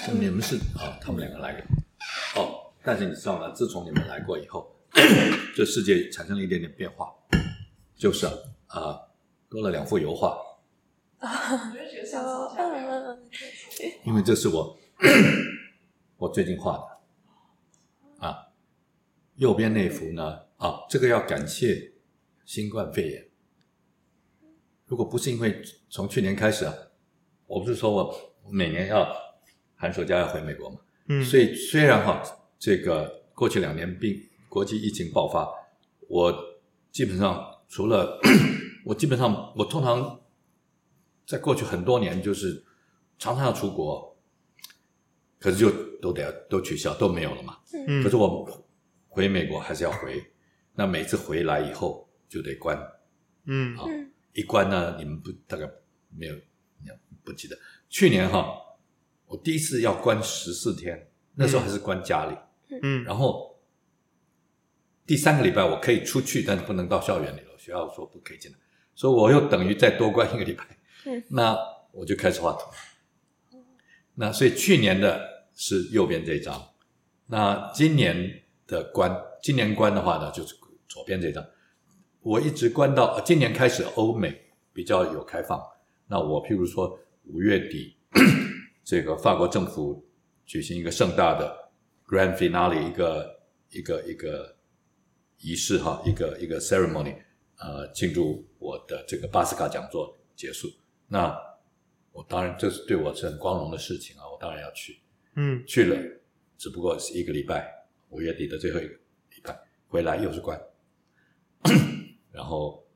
你们是他们两个来过但是你知道吗？自从你们来过以后，这世界产生了一点点变化，就是多了2幅油画。 我就觉得像吵架一样。 因为这是我最近画的右边那幅呢这个要感谢新冠肺炎。如果不是因为从去年开始我不是说我每年要寒暑假要回美国嘛，所以虽然这个过去2年国际疫情爆发，我基本上除了我通常在过去很多年就是常常要出国，可是就都取消，都没有了嘛。可是我回美国还是要回，那每次回来以后就得关。一关呢，你们大概没有不记得。去年我第一次要关14天，那时候还是关家里。然后第3个礼拜我可以出去，但是不能到校园里了，学校说不可以进来，所以我又等于再多关1个礼拜。那我就开始画图。那所以去年的是右边这张，那今年关的话呢，就是左边这张。我一直关到今年开始欧美比较有开放，那我譬如说5月底这个法国政府举行一个盛大的 Grand Finale 一个仪式一个 ceremony 庆祝我的这个巴斯卡讲座结束。那我当然这是对我是很光荣的事情我当然要去。去了只不过是1个礼拜，5月底的最后1个礼拜，回来又是关。然后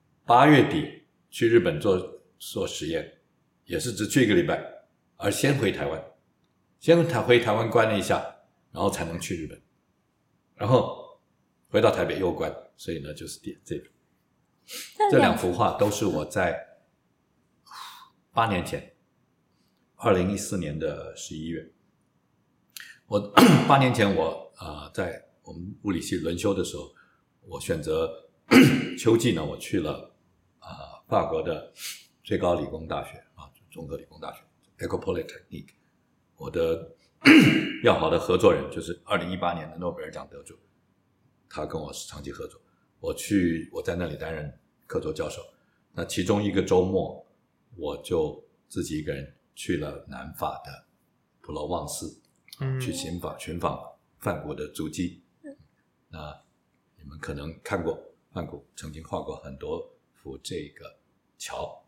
8月底去日本做实验，也是只去1个礼拜，而先回台湾，回台湾关了一下，然后才能去日本，然后回到台北又关，所以呢就是这2幅画都是我在8年前2014年的11月，我8年前我在我们物理系轮休的时候，我选择秋季呢，我去了法国的最高理工大学综合理工大学 École Polytechnique。 我的要好的合作人就是2018年的诺贝尔奖得主，他跟我是长期合作。我在那里担任客座教授，那其中1个周末我就自己一个人去了南法的普罗旺斯，去寻访梵谷的足迹。那你们可能看过梵谷曾经画过很多幅这个桥。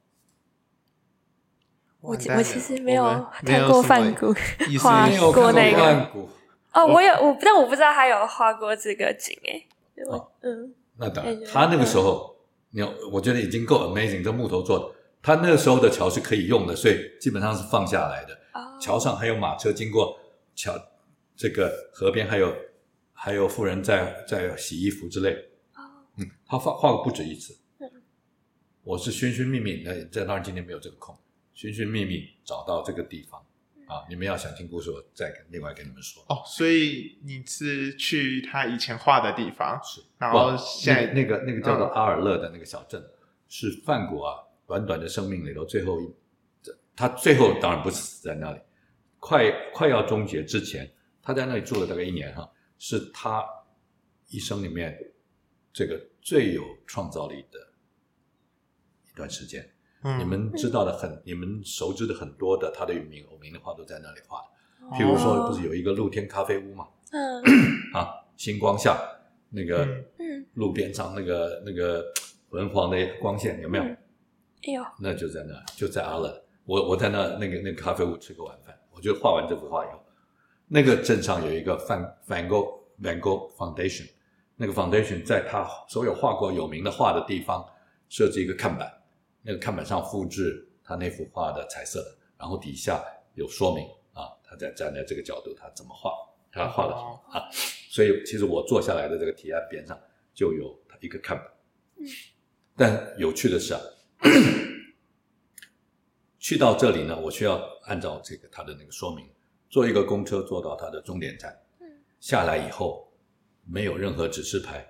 我其实没有看过梵谷画过那个但我不知道他有画过这个景那当然他那个时候我觉得已经够 amazing， 这木头做的，他那个时候的桥是可以用的，所以基本上是放下来的。桥上还有马车经过桥，这个河边还有妇人在洗衣服之类。他画过不止1次。我是寻寻觅觅，当然今天没有这个空，寻寻觅觅找到这个地方你们要想听故事，我再另外跟你们说。 所以你是去他以前画的地方， 是， 然后现在那个叫做阿尔勒的那个小镇，是梵谷短短的生命里头他最后当然不是死在那里，快要终结之前，他在那里住了大概1年是他一生里面这个最有创造力的一段时间。你们知道的你们熟知的很多的他的有名的画都在那里画的。譬如说不是有一个露天咖啡屋嘛，星光下那个路边上那个昏黄的光线有没有？ 有。 那就在那，就在阿勒。我在那个咖啡屋吃个晚饭，我就画完这幅画以后，那个镇上有一个Van Gogh Foundation， 那个 Foundation 在他所有画过有名的画的地方设置一个看板，那个看板上复制他那幅画的彩色的，然后底下有说明他在站在这个角度他怎么画，他画了什么所以其实我坐下来的这个提案边上就有一个看板。但有趣的是去到这里呢，我需要按照这个他的那个说明坐一个公车坐到他的终点站，下来以后没有任何指示牌，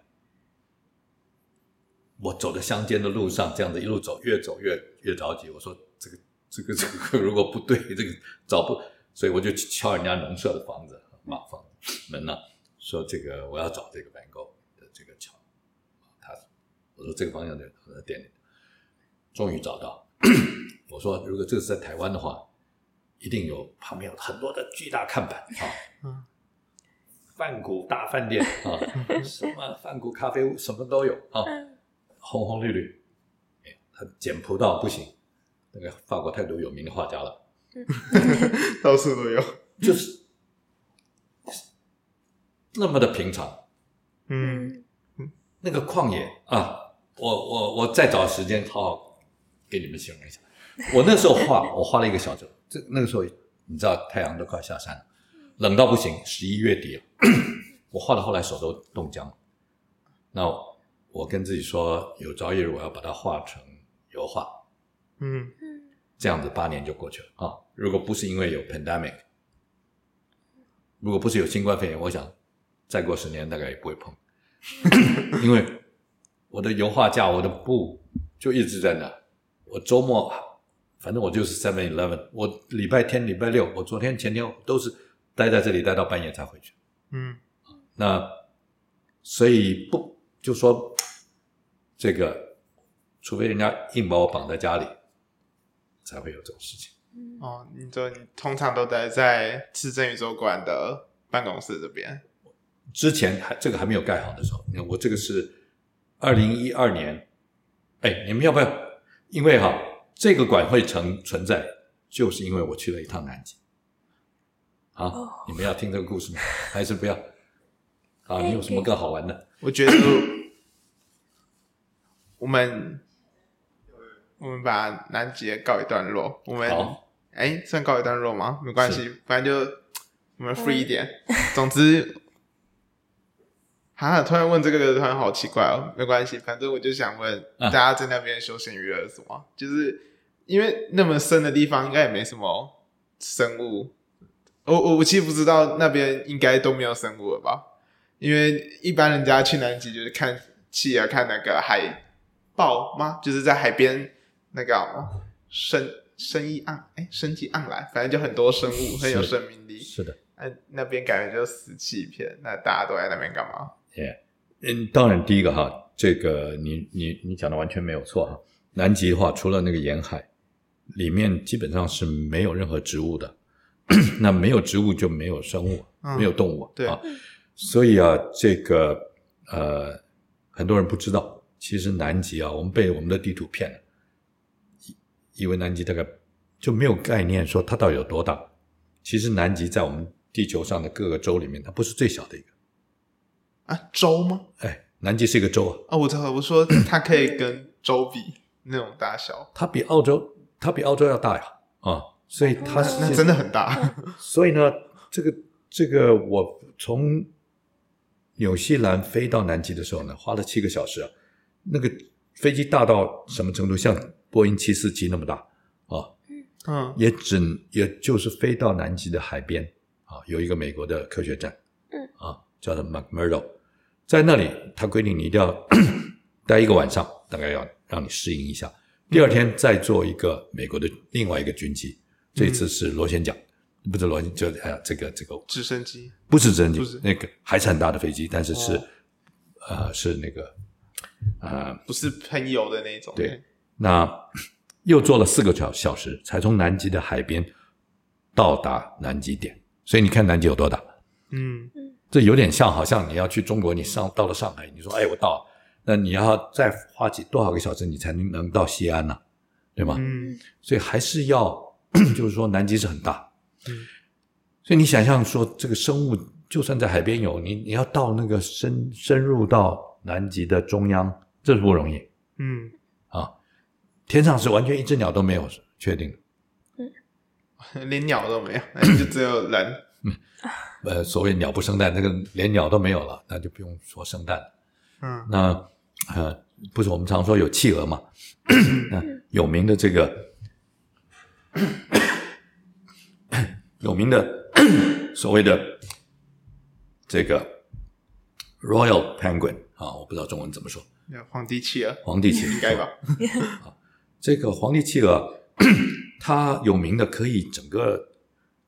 我走在乡间的路上这样子一路走，越走越着急，我说这个如果不对，这个所以我就敲人家农舍的房子门呢，说这个我要找这个梵高的这个桥，我说这个方向的店里，终于找到。我说如果这个是在台湾的话，一定有旁边有很多的巨大看板啊，梵谷大饭店啊，什么梵谷咖啡屋什么都有啊，红红绿绿，他简朴到不行，那个法国太多有名的画家了， 到处都有， 就是那么的平常，那个旷野啊，我再找时间好好给你们形容一下。我那时候我画了1个小时，那个时候你知道太阳都快下山了，冷到不行，11月底了，我画到后来手都冻僵了。那我跟自己说，有朝一日我要把它画成油画，这样子8年就过去了啊。如果不是因为有 pandemic， 如果不是有新冠肺炎，我想再过10年大概也不会碰，因为我的油画架，我的布就一直在那。我周末反正我就是 7-Eleven， 我礼拜天礼拜六，我昨天前天都是待在这里待到半夜才回去。那所以不就说这个，除非人家硬把我绑在家里，才会有这种事情。 你通常都待在市政宇宙馆的办公室这边。 之前这个还没有盖好的时候，我这个是2012年，你们要不要？因为这个馆会存在，就是因为我去了一趟南极。你们要听这个故事吗？还是不要？你有什么更好玩的？ 我觉得我们把南极告一段落。我们算告一段落吗？没关系，反正就我们 free 一点。总之，突然问这个突然好奇怪哦，没关系，反正我就想问大家在那边休闲娱乐是什么？就是因为那么深的地方应该也没什么生物，我其实不知道那边应该都没有生物了吧？因为一般人家去南极就是看企鹅看那个海豹吗？就是在海边那个生机盎然，反正就很多生物很有生命力。 是的， 那边感觉就死气一片，那大家都在那边干嘛？ 当然第一个这个你讲的完全没有错南极的话，除了那个沿海，里面基本上是没有任何植物的，那没有植物就没有生物，没有动物对所以这个很多人不知道，其实南极我们被我们的地图骗了，以为南极大概就没有概念说它到底有多大。其实南极在我们地球上的各个洲里面，它不是最小的一个。 洲吗？ 南极是一个洲我知道，我说它可以跟洲比那种大小。 它比澳洲要大呀所以它那真的很大。 所以呢，这个我从纽西兰飞到南极的时候呢，花了7个小时那个飞机大到什么程度？像波音747那么大也就是飞到南极的海边有一个美国的科学站叫做 McMurdo， 在那里他规定你一定要待1个晚上，大概要让你适应一下，第二天再坐一个美国的另外一个军机，这次是螺旋桨，不是螺旋就这个直升机， 不是直升机，那个还是很大的飞机，但是是那个不是喷油的那种。 对，那又坐了4个小时才从南极的海边到达南极点，所以你看南极有多大。这有点像好像你要去中国，你到了上海，你说我到了，那你要再花多少个小时你才能到西安呢？对吗？所以还是要就是说南极是很大。所以你想象说这个生物就算在海边有，你要到那个深入到南极的中央，这是不容易。天上是完全一只鸟都没有，确定连鸟都没有，那就只有人。 所谓鸟不生蛋，那个连鸟都没有了，那就不用说生蛋了。那不是我们常说有企鹅嘛？有名的这个有名的所谓的这个 Royal Penguin 我不知道中文怎么说。 皇帝企鹅， 皇帝企鹅应该吧？ 这个皇帝企鹅，它有名的可以整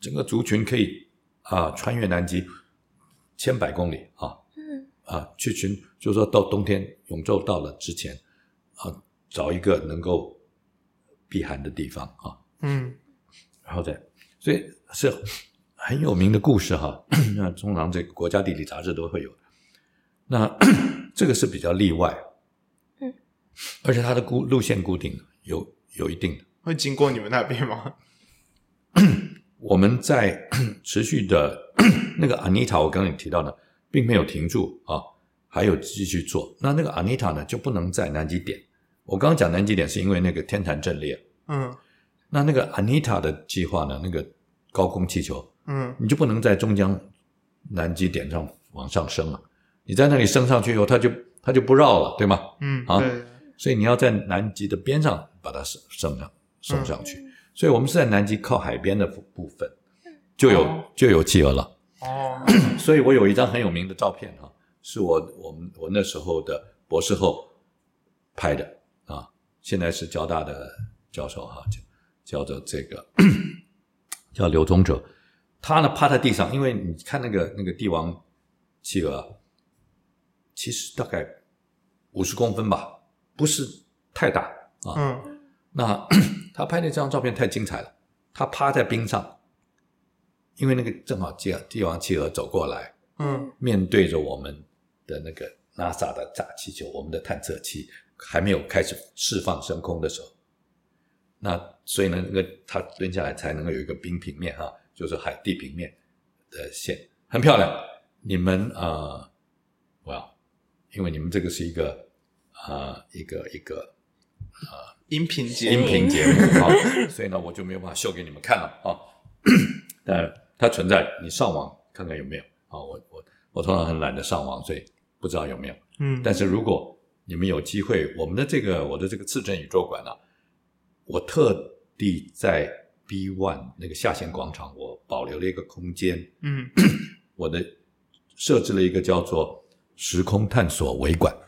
整个族群可以穿越南极千百公里去就是说到冬天永昼到了之前找一个能够避寒的地方然后所以是很有名的故事那通常这个国家地理杂志都会有的。那这个是比较例外而且它的路线固定有一定的。 会经过你们那边吗？ 我们在持续的那个 Anita 我刚刚提到的并没有停住还有继续做。那个 Anita 呢就不能在南极点。我刚刚讲南极点是因为那个天坛阵列那个 Anita 的计划呢，那个高空气球你就不能在中央南极点上往上升了。你在那里升上去以后它就不绕了，对吗？ 对。 所以你要在南极的边上把它送上去。所以我们是在南极靠海边的部分就有企鹅了所以我有一张很有名的照片是我那时候的博士后拍的现在是交大的教授叫做这个叫刘宗哲。他呢趴在地上，因为你看那个帝王企鹅其实大概50公分吧，不是太大那他拍那张照片太精彩了。他趴在冰上，因为那个正好帝王企鹅走过来面对着我们的那个 NASA 的大气球，我们的探测器还没有开始释放升空的时候，那所以呢他蹲下来才能够有一个冰平面就是海地平面的线，很漂亮。你们因为你们这个是一个音频节目所以呢我就没有办法秀给你们看了但它存在，你上网看看有没有我通常很懒得上网，所以不知道有没有但是如果你们有机会，我的这个次真宇宙馆我特地在 B1 那个下线广场我保留了一个空间我设置了一个叫做时空探索微馆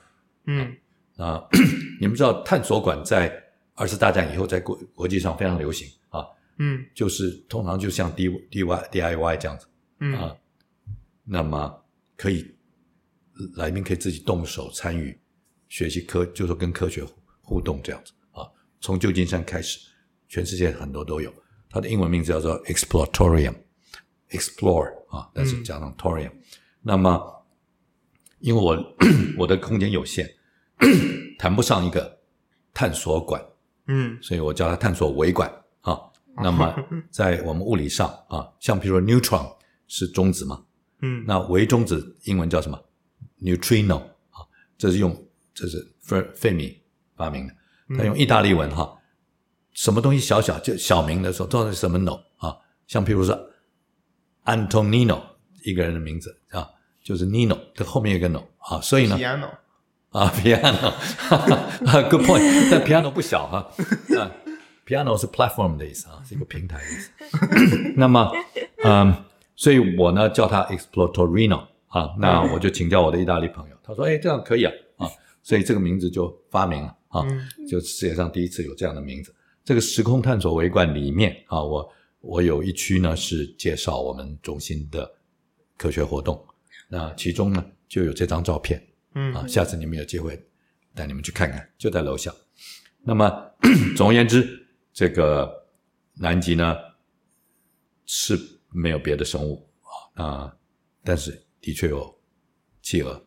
你们知道探索馆在2次大战以后在国际上非常流行就是通常就像 DIY 这样子那么来宾可以自己动手参与学习就是跟科学互动这样子从旧金山开始全世界很多都有。它的英文名字叫做 Exploratorium Explore 但是加上 Torium那么因为我的空间有限谈不上一个探索馆所以我叫它探索微馆那么在我们物理上像比如说 neutron 是中子嘛那微中子英文叫什么 neutrino 这是费米发明的他用意大利文什么东西小就小名的时候都是什么 no 像譬如说 Antonino 一个人的名字就是 Nino 这后面有一个 no 所以呢 Piano Good point 但 piano 不小Piano 是 platform 的意思是一个平台的意思那么所以我呢叫它 Exploratorino 那我就请教我的意大利朋友，他说这样可以所以这个名字就发明了就世界上第一次有这样的名字。这个时空探索微馆里面我有一区呢是介绍我们中心的科学活动，那其中呢就有这张照片下次你们有机会带你们去看看，就在楼下。那么总而言之这个南极呢是没有别的生物但是的确有企鹅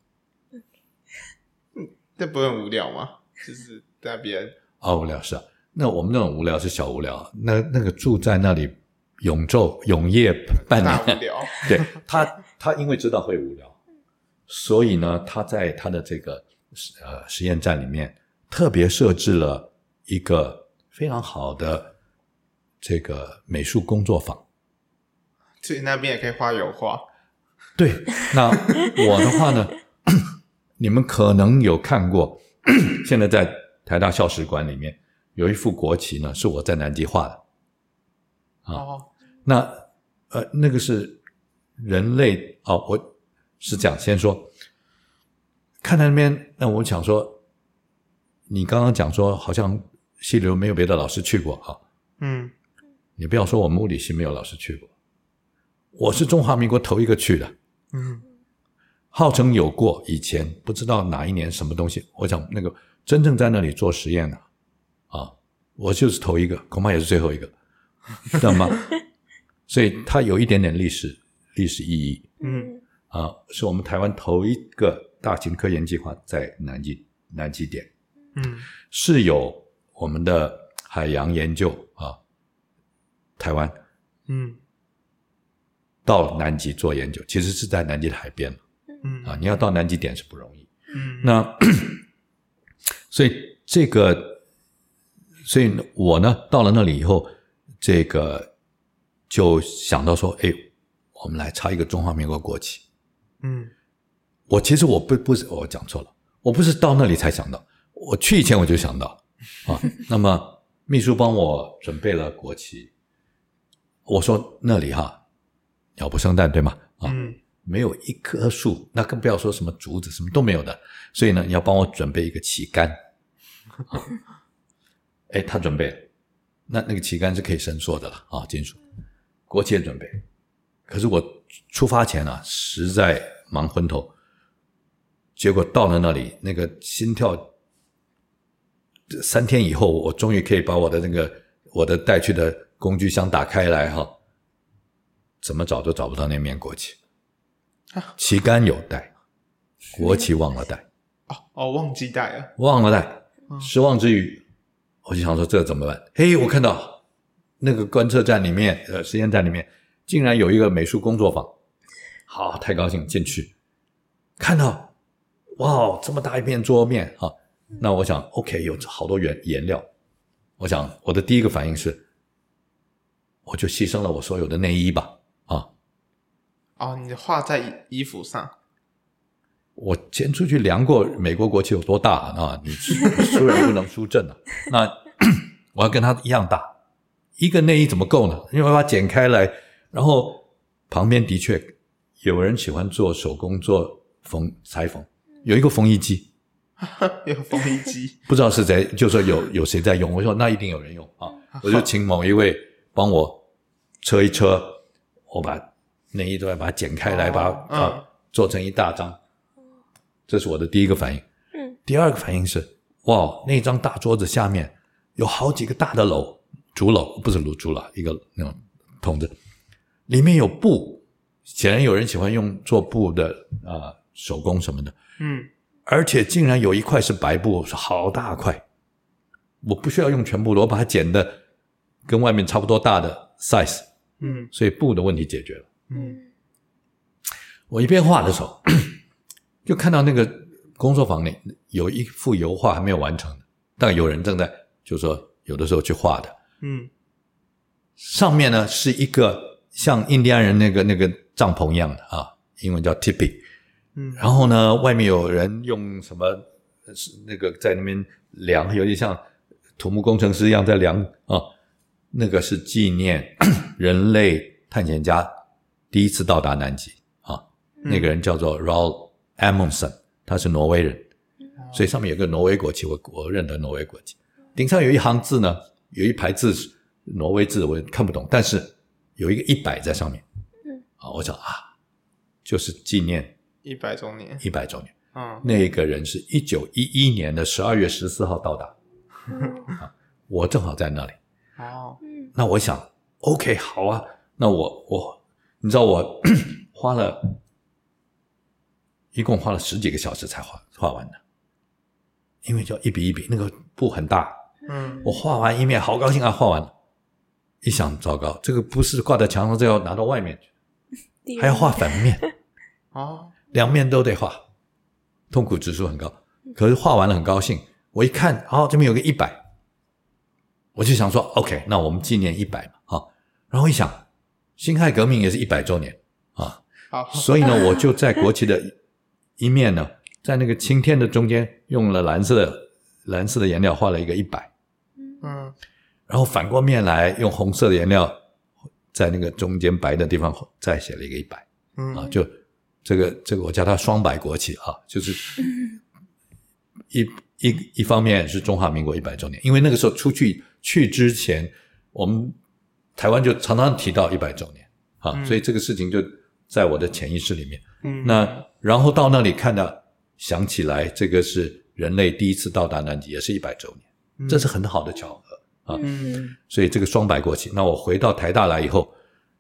这不会很无聊吗？就是在那边无聊是那我们那种无聊是小无聊那个住在那里永夜半年大无聊对他因为知道会无聊，所以呢他在他的这个实验站里面特别设置了一个非常好的这个美术工作坊， 所以那边也可以画油画。 对，那我的话呢你们可能有看过现在在台大校史馆里面有一幅国旗呢是我在南极画的那个是人类我是这样先说看在那边，那我想说你刚刚讲说好像溪流没有别的老师去过你不要说我们物理系没有老师去过，我是中华民国头一个去的，号称有过，以前不知道哪一年什么东西，我想那个真正在那里做实验的我就是头一个，恐怕也是最后一个，知道吗？所以它有一点点历史意义。是我们台湾头一个大型科研计划在南极点。是有我们的海洋研究台湾到南极做研究，其实是在南极的海边你要到南极点是不容易。那所以我呢到了那里以后，这个就想到说，我们来插一个中华民国国旗。其实我不是，我讲错了，我不是到那里才想到，我去以前我就想到那么秘书帮我准备了国旗，我说那里鸟不生蛋，对吗？没有一棵树，那更不要说什么竹子，什么都没有的，所以呢，你要帮我准备一个旗杆。他准备了，那个旗杆是可以伸缩的了金属。国旗也准备，可是我出发前实在忙昏头，结果到了那里，那个心跳3天以后，我终于可以把我的带去的工具箱打开来怎么找都找不到那面国旗。旗杆有带，国旗忘了带。 忘记带了， 忘了带，失望之余，我就想说这怎么办？我看到那个观测站里面实验站里面竟然有一个美术工作坊，好，太高兴，进去看到哇这么大一片桌面那我想 OK 有好多颜料，我想我的第一个反应是我就牺牲了我所有的内衣吧你画在衣服上。 我先出去量过美国国旗有多大你输人不能输阵那我要跟它一样大，一个内衣怎么够呢？因为我把它剪开来，然后旁边的确有人喜欢做手工做裁缝，有一个缝衣机有缝衣机不知道是谁，就说有谁在用，我说那一定有人用我就请某一位帮我车一车，我把内衣都要把它剪开来，把它做成一大张。这是我的第一个反应。第二个反应是哇，那张大桌子下面有好几个大的竹篓，不是竹篓，一个那种桶子，里面有布，显然有人喜欢用做布的手工什么的。而且竟然有一块是白布，是好大块，我不需要用全部的，我把它剪的跟外面差不多大的 size。所以布的问题解决了。我一边画的时候就看到那个工作坊里有一幅油画还没有完成的，大概有人正在就是说有的时候去画的。上面呢是一个像印第安人那个帐篷一样的英文叫 tipi。然后呢外面有人用什么那个在那边量，有点像土木工程师一样在量那个是纪念人类探险家第一次到达南极那个人叫做 Roald Amundsen， 他是挪威人，所以上面有个挪威国旗，我认得挪威国旗。顶上有一行字呢，有一排字挪威字我看不懂，但是有一个100在上面。我想就是纪念 100周年。 100周年。那个人是1911年的12月14号到达。我正好在那里。那我想 OK 好啊，那我你知道我一共花了10几个小时才画完的，因为叫一笔一笔，那个布很大。我画完一面好高兴画完了，一想糟糕，这个不是挂在墙上，这要拿到外面去，还要画反面2面都得画，痛苦指数很高。可是画完了很高兴，我一看这边有个100，我就想说 OK 那我们纪念100嘛然后一想辛亥革命也是100周年所以呢我就在国旗的一面呢，在那个青天的中间用了蓝色的颜料画了一个100。然后反过面来用红色的颜料在那个中间白的地方再写了一个100。就这个我叫它双百国旗就是一方面是中华民国100周年，因为那个时候去之前我们台湾就常常提到100周年啊，所以这个事情就在我的潜意识里面。那然后到那里看到想起来这个是人类第一次到达南极，也是100周年，这是很好的巧合啊。所以这个双白国旗。那我回到台大来以后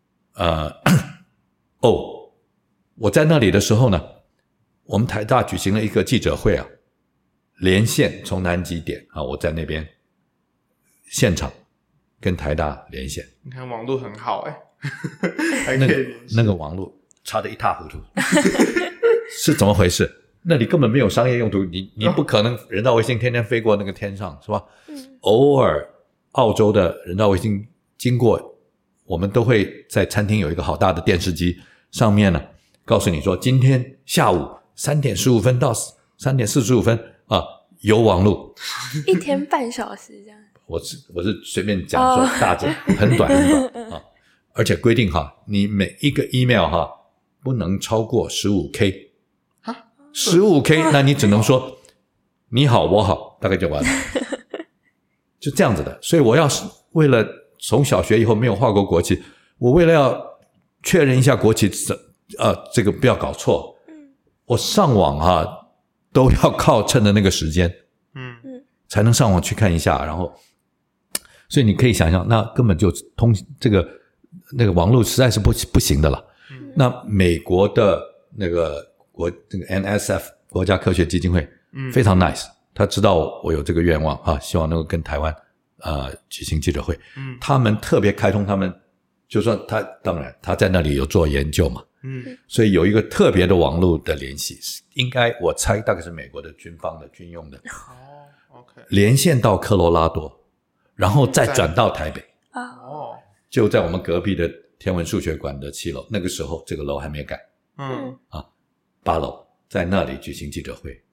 我在那里的时候呢，我们台大举行了一个记者会啊，连线从南极点啊，我在那边现场跟台大连线。 你看网络很好还可以连线。 那个网络差得一塌糊涂是怎么回事？那里根本没有商业用途，你不可能人造卫星天天飞过那个天上，是吧？偶尔澳洲的人造卫星经过，我们都会在餐厅有一个好大的电视机，上面呢告诉你说今天下午3点15分到3点45分啊有网路 ，1天半小时这样。 我是随便讲说大致很短啊，而且规定哈，你每一个 email 哈不能超过 15K 15K 那你只能说你好我好，大概就完了就这样子的。所以我要是为了从小学以后没有画过国旗，我为了要确认一下国旗这个不要搞错，我上网都要靠趁着那个时间才能上网去看一下，然后所以你可以想象那根本就那个网络实在是不行的了。那美国的那个NSF 国家科学基金会非常 nice， 他知道我有这个愿望希望能够跟台湾举行记者会。他们特别开通，他们就说当然他在那里有做研究嘛，所以有一个特别的网络的联系，应该我猜大概是美国的军方的军用的 OK， 连线到科罗拉多，然后再转到台北就在我们隔壁的天文数学馆的7楼，那个时候这个楼还没盖8楼，在那里举行记者会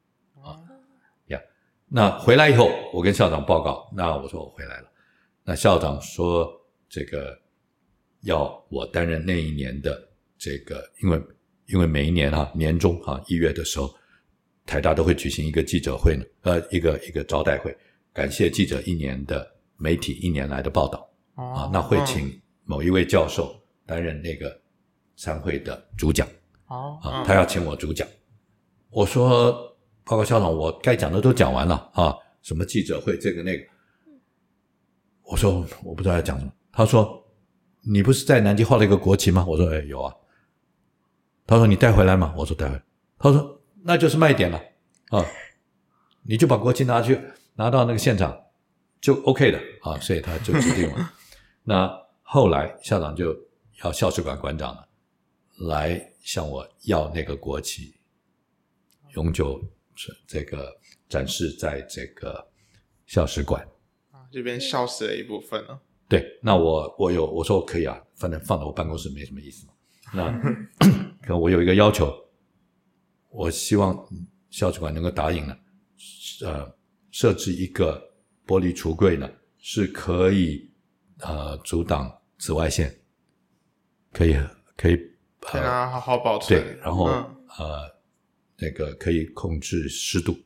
那回来以后我跟校长报告，那我说我回来了，那校长说这个要我担任那一年的这个，因为每一年年中1月的时候台大都会举行一个记者会呢，一个招待会，感谢记者1年的媒体1年来的报道那会请某一位教授担任那个参会的主讲他要请我主讲。我说报告校长，我该讲的都讲完了什么记者会这个那个。我说我不知道要讲什么。他说你不是在南极画了一个国旗吗？我说有啊。他说你带回来吗？我说带回来。他说那就是卖点了你就把国旗拿到那个现场就 OK 的所以他就指定了那后来校长就要校史馆馆长了来向我要那个国旗，永久这个展示在这个校史馆这边校史的一部分了。 对，那我说可以反正放在我办公室没什么意思嘛。那可我有一个要求，我希望校史馆能够答应呢设置一个玻璃橱柜呢，是可以阻挡紫外线，可以让它好好保存。 对，然后那个可以控制湿度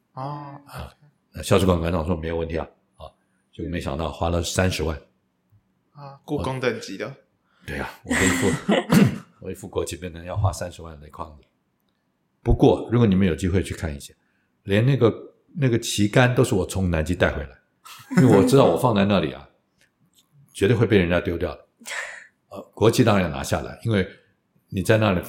校史馆馆长说没有问题就没想到花了30万故宫等级的。 对我一副国旗变成要花30万的框子。不过如果你们有机会去看一下，连那个旗杆都是我从南极带回来，因为我知道我放在那里绝对会被人家丢掉的国旗当然要拿下来，因为你在那里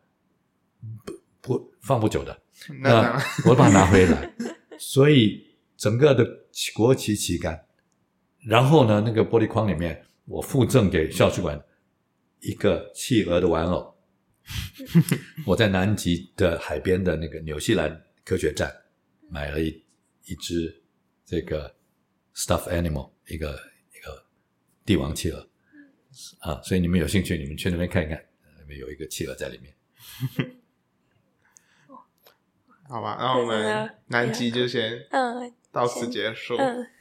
放不久的，那我把它拿回来所以整个的国旗旗杆，然后呢那个玻璃框里面我附赠给校史馆一个企鹅的玩偶我在南极的海边的那个纽西兰科学站买了一只这个 stuffed animal， 一个帝王企鹅所以你们有兴趣你们去那边看一看，那边有一个企鹅在里面好吧，那我们南极就先到此结束。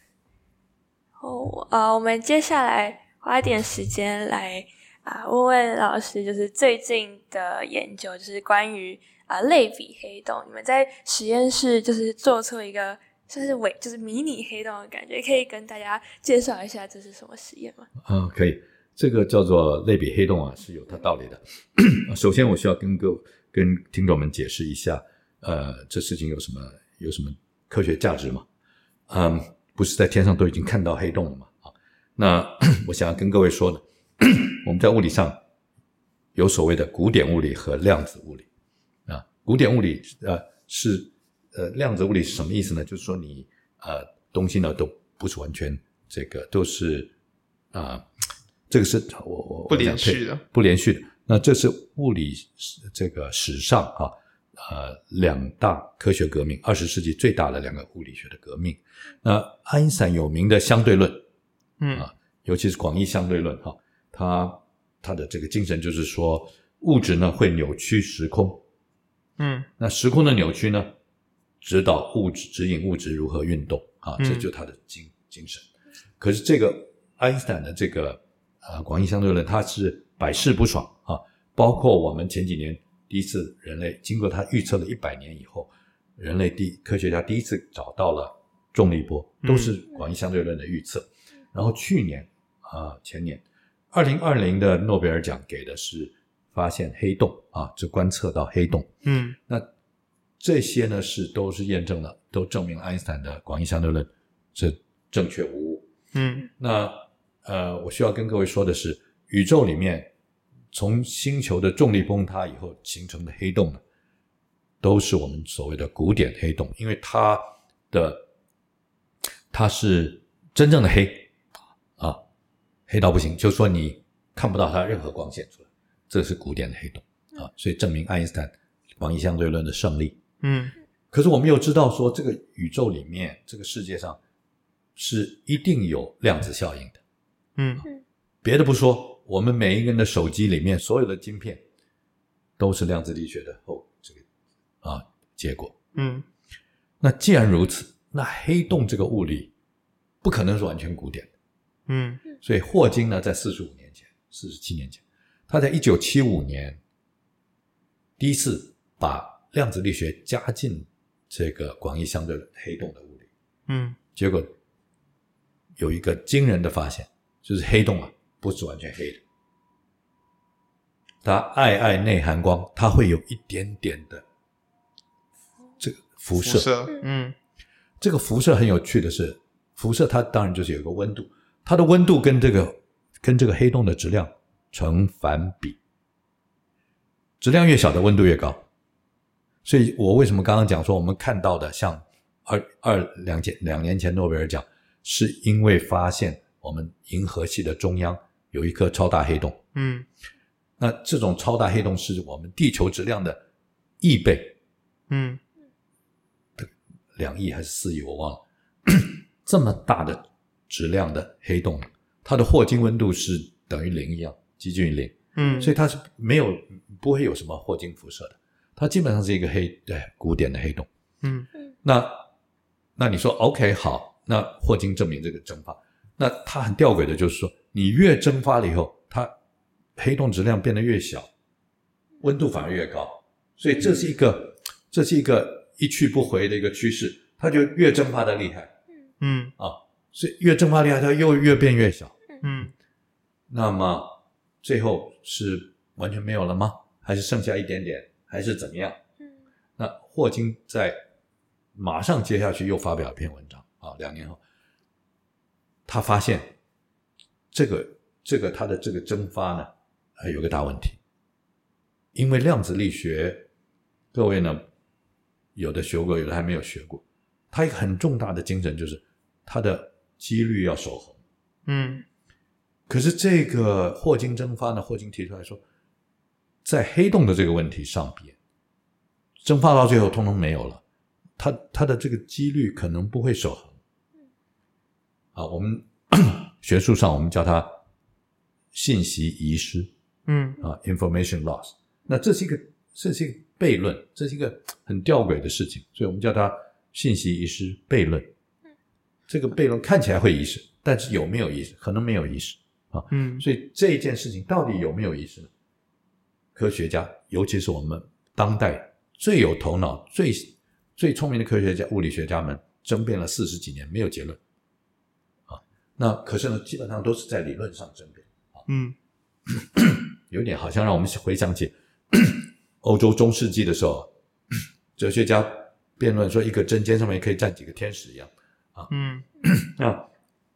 我们接下来花一点时间来问问老师，就是最近的研究，就是关于类比黑洞，你们在实验室就是做出一个算是就是迷你黑洞的感觉，可以跟大家介绍一下这是什么实验吗？ 可以这个叫做类比黑洞啊，是有它道理的。首先我需要跟听众们解释一下，这事情有什么科学价值嘛？不是在天上都已经看到黑洞了嘛？那我想要跟各位说的，我们在物理上有所谓的古典物理和量子物理啊。古典物理是量子物理是什么意思呢？就是说你东西呢都不是完全这个都是这个是我不连续的， 不连续的。那这是物理这个史上两大科学革命，20世纪最大的两个物理学的革命。那爱因斯坦有名的相对论，尤其是广义相对论他的这个精神就是说，物质呢会扭曲时空，那时空的扭曲呢，指引物质如何运动这就是他的精神。可是这个爱因斯坦的这个广义相对论，它是百试不爽包括我们前几年第一次人类经过他预测了100年以后，人类科学家第一次找到了重力波，都是广义相对论的预测。然后去年前年2020的诺贝尔奖给的是发现黑洞就观测到黑洞。那这些呢都是验证了，都证明了爱因斯坦的广义相对论是正确无误。那我需要跟各位说的是，宇宙里面从星球的重力崩塌以后形成的黑洞呢，都是我们所谓的古典黑洞，因为它是真正的黑到不行，就是说你看不到它任何光线出来，这是古典的黑洞所以证明爱因斯坦广义相对论的胜利。可是我们又知道说，这个宇宙里面，这个世界上是一定有量子效应的。别的不说，我们每一个人的手机里面所有的晶片都是量子力学的结果。那既然如此，那黑洞这个物理不可能是完全古典的。所以霍金呢，在47年前，他在1975年第一次把量子力学加进这个广义相对论黑洞的物理。结果有一个惊人的发现，就是黑洞不是完全黑的，它爱内含光，它会有一点点的这个辐射。这个辐射很有趣的是，辐射它当然就是有一个温度，它的温度跟这个黑洞的质量成反比，质量越小的温度越高。所以我为什么刚刚讲说我们看到的像2年前诺贝尔奖，是因为发现我们银河系的中央有一颗超大黑洞。那这种超大黑洞是我们地球质量的1倍。2亿还是4亿我忘了。这么大的质量的黑洞，它的霍金温度是等于0一样，接近于0。所以它是不会有什么霍金辐射的，它基本上是一个古典的黑洞。那你说 OK 好，那霍金证明这个蒸发，那它很吊诡的就是说，你越蒸发了以后，它黑洞质量变得越小，温度反而越高，所以这是一个一去不回的一个趋势，它就越蒸发的厉害。所以越蒸发厉害，它又越变越小。那么最后是完全没有了吗？还是剩下一点点，还是怎么样？那霍金马上接下去又发表一篇文章2年后，他发现这个他的这个蒸发呢有个大问题。因为量子力学各位呢有的学过，有的还没有学过，它一个很重大的精神就是它的几率要守恒。可是这个霍金蒸发呢，霍金提出来说，在黑洞的这个问题上边，蒸发到最后通通没有了，它的这个几率可能不会守恒。我们学术上我们叫它信息遗失。information loss。那这是一个悖论，这是一个很吊诡的事情，所以我们叫它信息遗失悖论。这个悖论看起来会遗失，但是有没有遗失？可能没有遗失。所以这一件事情到底有没有遗失呢？科学家，尤其是我们当代最有头脑、最聪明的科学家、物理学家们，争辩了40几年，没有结论。那可是呢，基本上都是在理论上争辩。 有点好像让我们回想起欧洲中世纪的时候，哲学家辩论说一个针尖上面可以站几个天使一样啊。那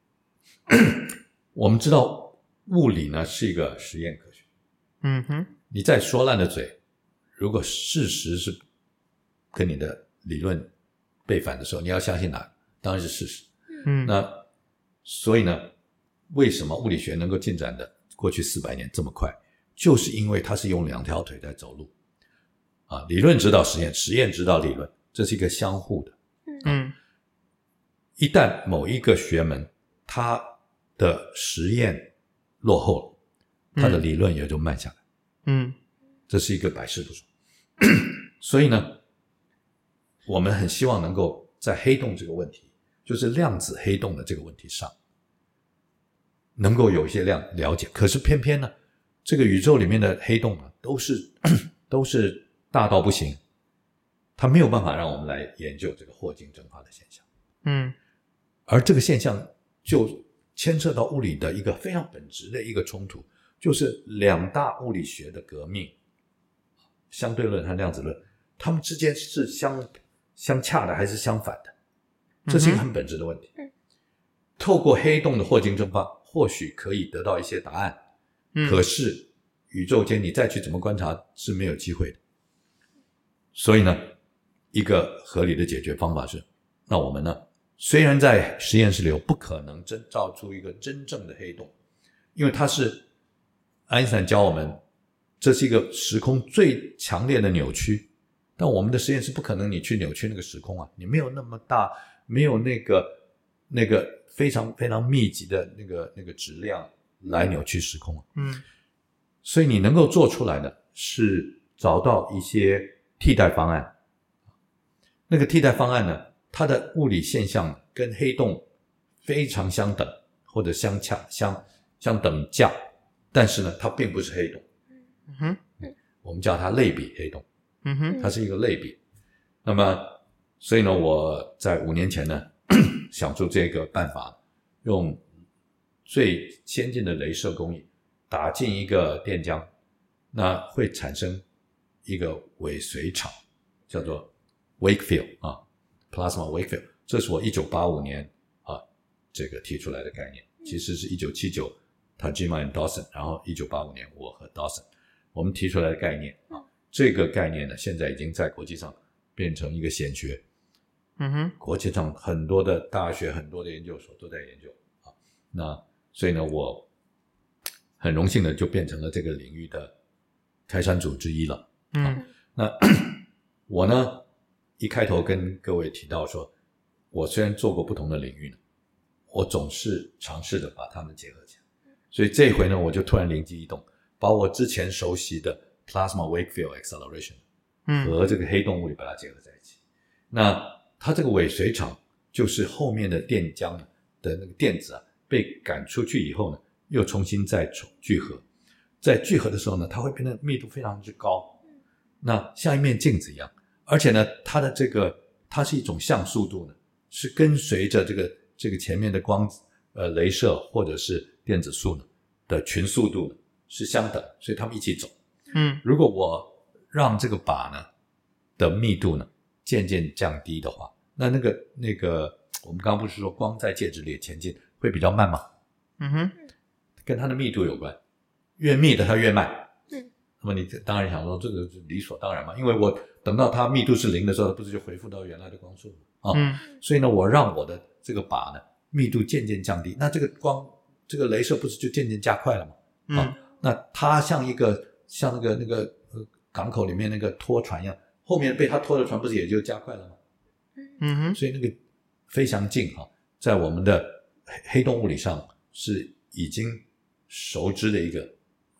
我们知道物理呢是一个实验科学。你再说烂的嘴，如果事实是跟你的理论背反的时候，你要相信哪？当然是事实。那所以呢，为什么物理学能够进展的过去400年这么快？就是因为它是用2条腿在走路啊，理论指导实验，实验指导理论，这是一个相互的。一旦某一个学门它的实验落后了，它的理论也就慢下来。这是一个百试不爽。所以呢，我们很希望能够在黑洞这个问题，就是量子黑洞的这个问题上，能够有一些了解。可是偏偏呢，这个宇宙里面的黑洞呢，都是大到不行，它没有办法让我们来研究这个霍金蒸发的现象。而这个现象就牵涉到物理的一个非常本质的一个冲突，就是2大物理学的革命，相对论和量子论，它们之间是相洽的还是相反的？这是一个很本质的问题。透过黑洞的霍金蒸发，或许可以得到一些答案。可是宇宙间你再去怎么观察是没有机会的。所以呢，一个合理的解决方法是，那我们呢，虽然在实验室里不可能造出一个真正的黑洞，因为它是爱因斯坦教我们，这是一个时空最强烈的扭曲，但我们的实验室不可能你去扭曲那个时空啊，你没有那么大，没有那个非常非常密集的那个质量来扭曲时空啊。所以你能够做出来的是找到一些替代方案。那个替代方案呢，它的物理现象跟黑洞非常相等，或者相等价，但是呢，它并不是黑洞。我们叫它类比黑洞。它是一个类比。那么所以呢，我在5年前呢想出这个办法，用最先进的雷射工艺打进一个电浆，那会产生一个尾随场，叫做 wake field plasma wake field。 这是我1985年这个提出来的概念，其实是1979 Tajima and Dawson， 然后1985年我和 Dawson 我们提出来的概念这个概念呢，现在已经在国际上变成一个显学。国际上很多的大学，很多的研究所都在研究那所以呢，我很荣幸的就变成了这个领域的开山祖之一了。那我呢一开头跟各位提到说，我虽然做过不同的领域呢，我总是尝试的把它们结合起来。所以这一回呢，我就突然灵机一动，把我之前熟悉的 plasma wake field acceleration 和这个黑洞物理把它结合在一起。那它这个尾随场就是后面的电浆的那个电子被赶出去以后呢，又重新再聚合。在聚合的时候呢，它会变得密度非常之高，那像一面镜子一样。而且呢，它是一种像速度呢，是跟随着这个前面的光雷射或者是电子束呢的群速度呢是相等，所以它们一起走。如果我让这个靶呢的密度呢渐渐降低的话，那个我们刚刚不是说光在介质里前进会比较慢吗？跟它的密度有关，越密的它越慢。那么你当然想说这个是理所当然嘛，因为我等到它密度是0的时候，不是就恢复到原来的光速了所以呢，我让我的这个靶呢密度渐渐降低，那这个这个雷射不是就渐渐加快了吗？那它像那个港口里面那个拖船一样，后面被它拖的船不是也就加快了吗？所以那个飞翔镜在我们的黑洞物理上是已经熟知的一个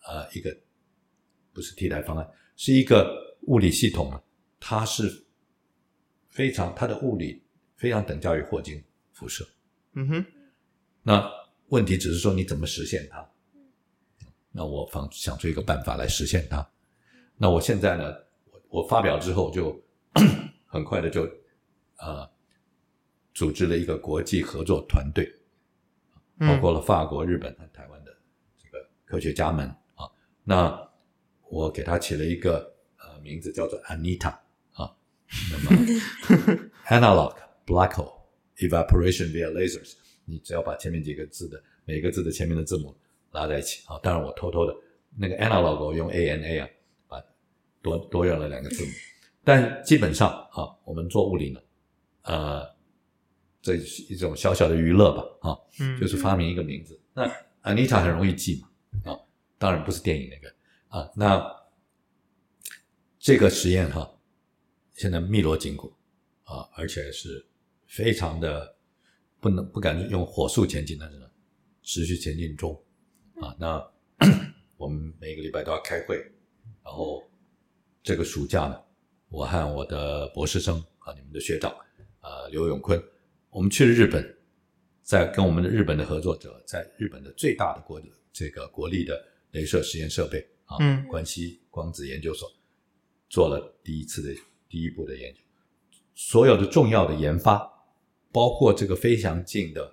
不是替代方案，是一个物理系统它是它的物理非常等价于霍金辐射。那问题只是说你怎么实现它。那我想出一个办法来实现它。那我现在呢，我发表之后就很快的就组织了一个国际合作团队，包括了法国、日本和台湾的这个科学家们啊。那我给他起了一个名字叫做 Anita 啊。那么Analog Black Hole Evaporation via Lasers， 你只要把前面几个字的每个字的前面的字母拉在一起啊。当然我偷偷的那个 Analog 我用 ANA 啊，把多用了2个字母。但基本上啊，我们做物理呢，这是一种小小的娱乐吧啊，就是发明一个名字。那 Anita 很容易记嘛啊，当然不是电影那个啊。那这个实验哈，现在密锣紧鼓啊，而且是非常的不敢用火速前进，但是呢持续前进中啊。那我们每个礼拜都要开会，然后这个暑假呢，我和我的博士生啊，你们的学长刘永坤，我们去了日本，在跟我们的日本的合作者，在日本的最大的国立的雷射实验设备啊，关西光子研究所做了第一步的研究，所有的重要的研发，包括这个飞翔镜的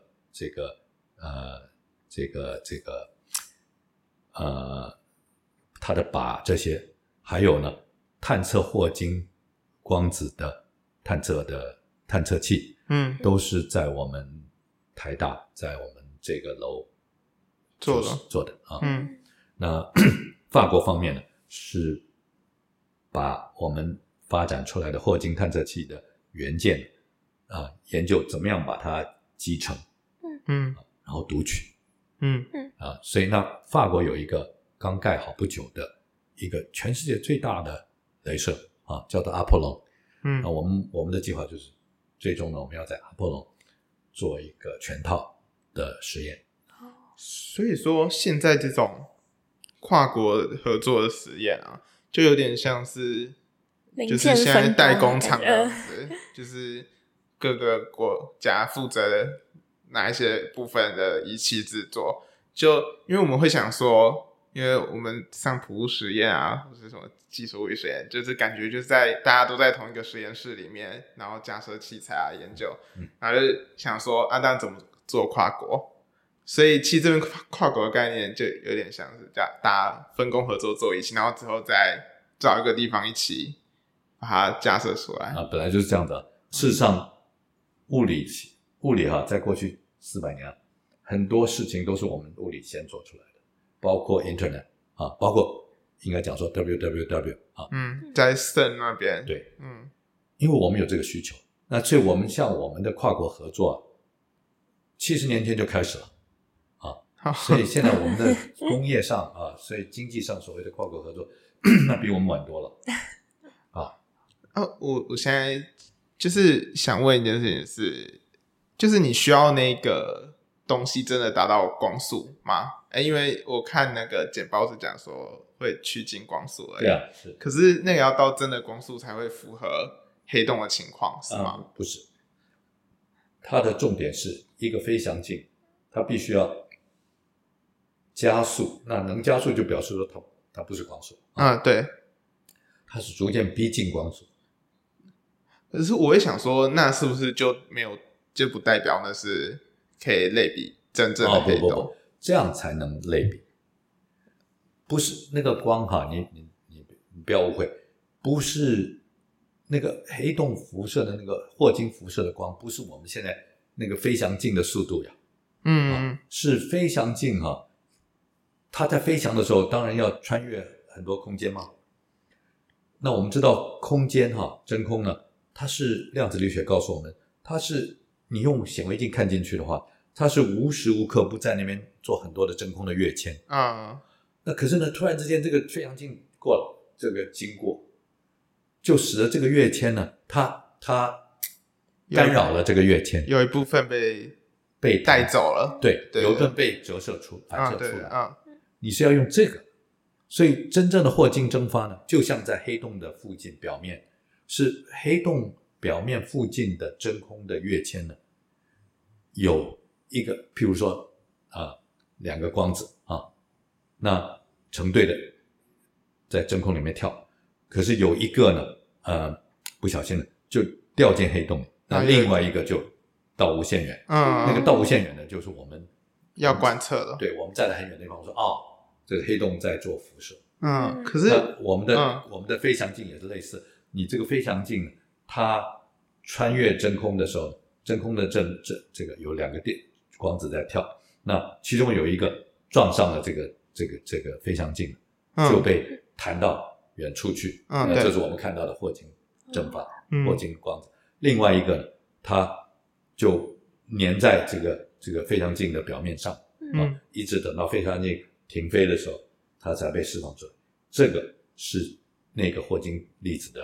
它的靶这些，还有呢探测霍金光子的探测器，都是在我们台大，在我们这个楼做的啊。那法国方面呢，是把我们发展出来的霍金探测器的元件研究怎么样把它集成，然后读取，所以那法国有一个刚盖好不久的一个全世界最大的雷射啊，叫做阿波罗。那我们的计划就是最终呢，我们要在阿波罗做一个全套的实验。 所以说现在这种跨国合作的实验啊，就有点像是就是现在代工厂的样子，就是各个国家负责的哪一些部分的仪器制作。就因为我们会想说，因为我们上普物实验啊，或是什么技术物理实验，就是感觉就是大家都在同一个实验室里面，然后架设器材啊研究，然后就想说那怎么做跨国？所以其实这边跨国的概念就有点像是大家分工合作做仪器，然后之后再找一个地方一起把它架设出来。 本来就是这样的。事实上，物理在过去400年很多事情都是我们物理先做出来的，包括 Internet 包括应该讲说 WWW 在 CERN 那边， 对，因为我们有这个需求，那所以我们像我们的跨国合作70年前就开始了所以现在我们的工业上所以经济上所谓的跨国合作那比我们晚多了我现在就是想问一件事情是，就是你需要那个东西真的达到光速吗？因为我看那个简报是讲说会趋近光速而已， 是。 可是那个要到真的光速才会符合黑洞的情况，是吗？ 不是，它的重点是一个飞翔镜，它必须要加速，那能加速就表示说它不是光速对， 它是逐渐逼近光速。 可是我会想说，那是不是就不代表那是可以类比真正的黑洞？ 不，这样才能类比。不是那个光你不要误会，不是那个黑洞辐射的那个霍金辐射的光，不是我们现在那个飞翔镜的速度呀。是飞翔镜它在飞翔的时候当然要穿越很多空间嘛。那我们知道空间真空呢，它是量子力学告诉我们，它是你用显微镜看进去的话，它是无时无刻不在那边做很多的真空的跃迁那可是呢，突然之间这个飞翔镜过了这个经过，就使得这个跃迁呢，它干扰了这个跃迁， 有一部分被带走了， 对，有一部分被折射反射出来你是要用这个，所以真正的霍金蒸发呢，就像在黑洞的附近表面，是黑洞表面附近的真空的跃迁呢，有一个譬如说2个光子那成对的在真空里面跳，可是有一个呢不小心的就掉进黑洞里，那另外一个就到无限远那个到无限远的就是我们要观测了， 对，我们站在很远的地方说这个黑洞在做辐射。 可是我们的飞翔镜也是类似，你这个飞翔镜它穿越真空的时候，真空的这个有2个光子在跳，那其中有一个撞上了这个飞翔镜，就被弹到远处去，这是我们看到的霍金阵法，霍金光子。另外一个它就粘在这个飞翔镜的表面上，一直等到飞翔镜停飞的时候，它才被释放出来。这个是那个霍金粒子的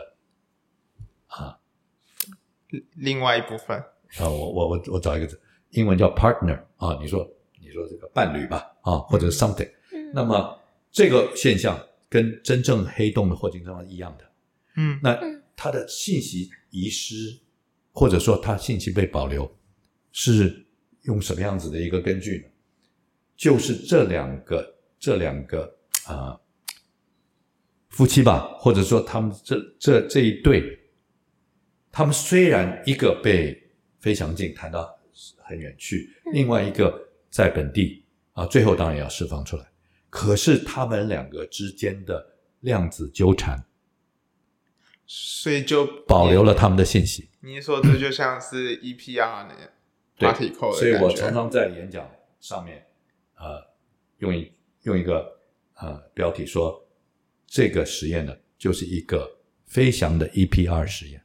另外一部分我找一个字，英文叫 partner 你说这个伴侣吧或者 something，那么这个现象跟真正黑洞的霍金阵法一样的，那它的信息遗失或者说它信息被保留是用什么样子的一个根据呢？就是这两个夫妻吧，或者说他们这一对，他们虽然一个被飞翔镜弹到很远去，另外一个在本地最后当然也要释放出来，可是他们2个之间的量子纠缠， 所以就保留了他们的信息。 你说这就像是 EPR 那个 particle 的感觉。 所以我常常在演讲上面用一个标题说，这个实验呢就是一个飞翔的 EPR 实验。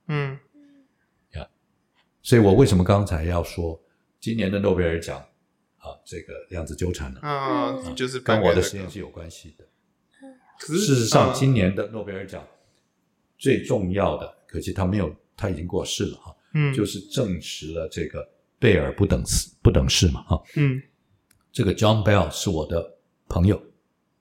所以我为什么刚才要说今年的诺贝尔奖这个量子纠缠呢？ 就是跟我的实验是有关系的。事实上今年的诺贝尔奖最重要的，可惜他已经过世了就是证实了这个贝尔不等式嘛这个 John Bell 是我的朋友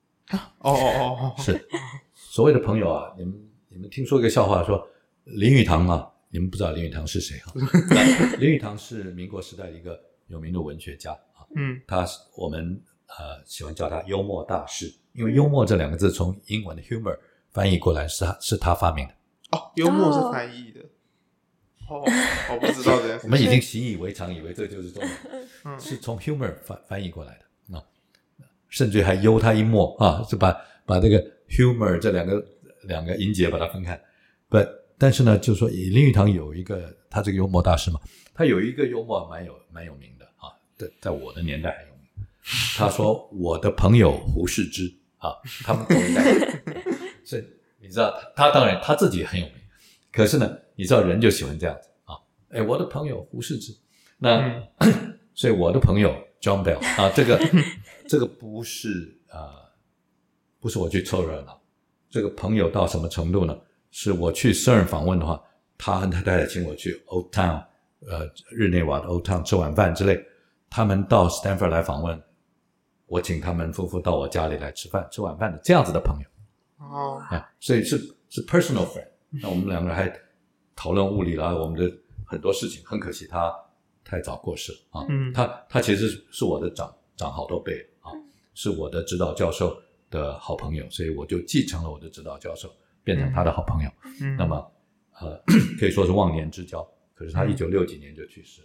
是所谓的朋友你们听说一个笑话，说林语堂你们不知道林语堂是谁林语堂是民国时代的一个有名的文学家我们喜欢叫他幽默大师，因为幽默这2个字从英文的 humor 翻译过来是他发明的幽默是翻译的我不知道这件事我们已经习以为常，以为这就是中文是从 humor 翻译过来的甚至还幽他一默是把这个 humor 这两个音节把它分开。但是呢，就是说林语堂有一个，他这个幽默大师嘛，他有一个幽默蛮有名的在我的年代很有名。他说我的朋友胡适之他们同一代所以你知道他当然他自己很有名，可是呢你知道人就喜欢这样子我的朋友胡适之，那所以我的朋友 John Bell 这个不是我去凑热闹，这个朋友到什么程度呢？是我去 CERN 访问的话，他和他太太请我去 Old Town 日内瓦的 Old Town 吃晚饭之类，他们到 Stanford 来访问，我请他们夫妇到我家里来吃晚饭的这样子的朋友所以是 personal friend。 那我们2个还讨论物理啦，我们的很多事情，很可惜他太早过世了他其实是我的长好多倍是我的指导教授的好朋友，所以我就继承了我的指导教授，变成他的好朋友那么可以说是忘年之交。可是他1960几年就去世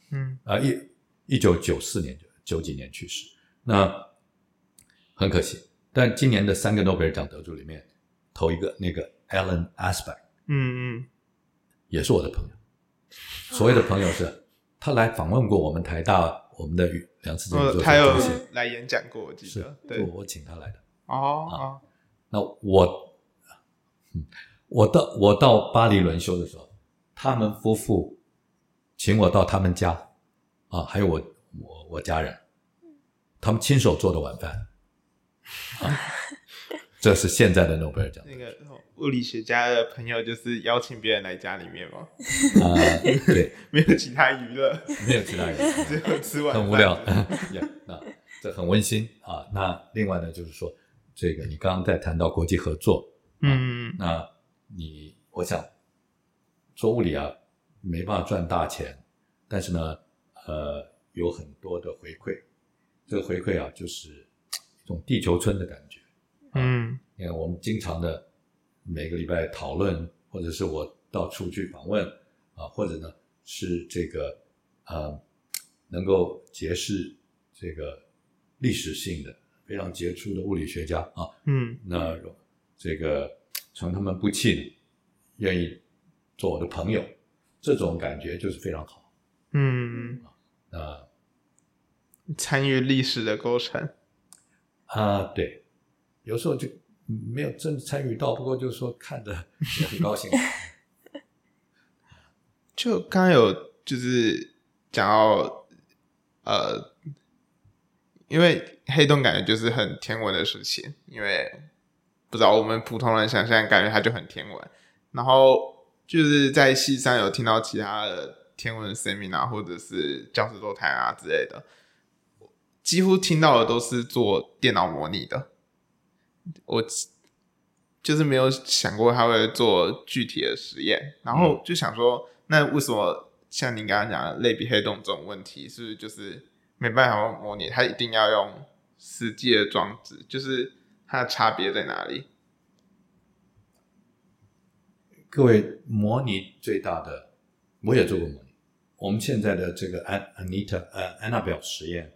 1994年90几年去世，那很可惜。但今年的3个诺贝尔奖得主里面，头一个那个 Alan Aspect 也是我的朋友。所谓的朋友是他来访问过我们台大我们的梁思成他有来演讲过，我记得对， 我请他来的那我到巴黎轮休的时候，他们夫妇请我到他们家还有我家人，他们亲手做的晚饭这是现在的诺贝尔奖。 那个物理学家的朋友就是邀请别人来家里面吗？ 对， 没有其他娱乐， 没有其他娱乐， 只有吃晚饭， 很无聊那这很温馨那另外呢，就是说这个你刚刚在谈到国际合作那我想做物理没办法赚大钱，但是呢有很多的回馈，这个回馈就是一种地球村的感觉你看我们经常的每个礼拜讨论，或者是我到处去访问或者呢是这个能够结识这个历史性的非常杰出的物理学家啊，那这个从他们不弃，愿意做我的朋友，这种感觉就是非常好。 参与历史的构成对，有时候就没有真的参与到，不过就是说看着也很高兴。 就刚刚有就是讲到因为黑洞感觉就是很天文的事情，因为不知道我们普通人想象感觉它就很天文，然后就是在系上有听到其他的天文 seminar 或者是教师座谈啊之类的，几乎听到的都是做电脑模拟的，我就是没有想过他会做具体的实验，然后就想说那为什么像您刚刚讲的类比黑洞这种问题是不是就是没办法模拟，它一定要用实际的装置，就是它的差别在哪里？ 各位，模拟最大的我也做过模拟，我们现在的这个 Annabelle 实验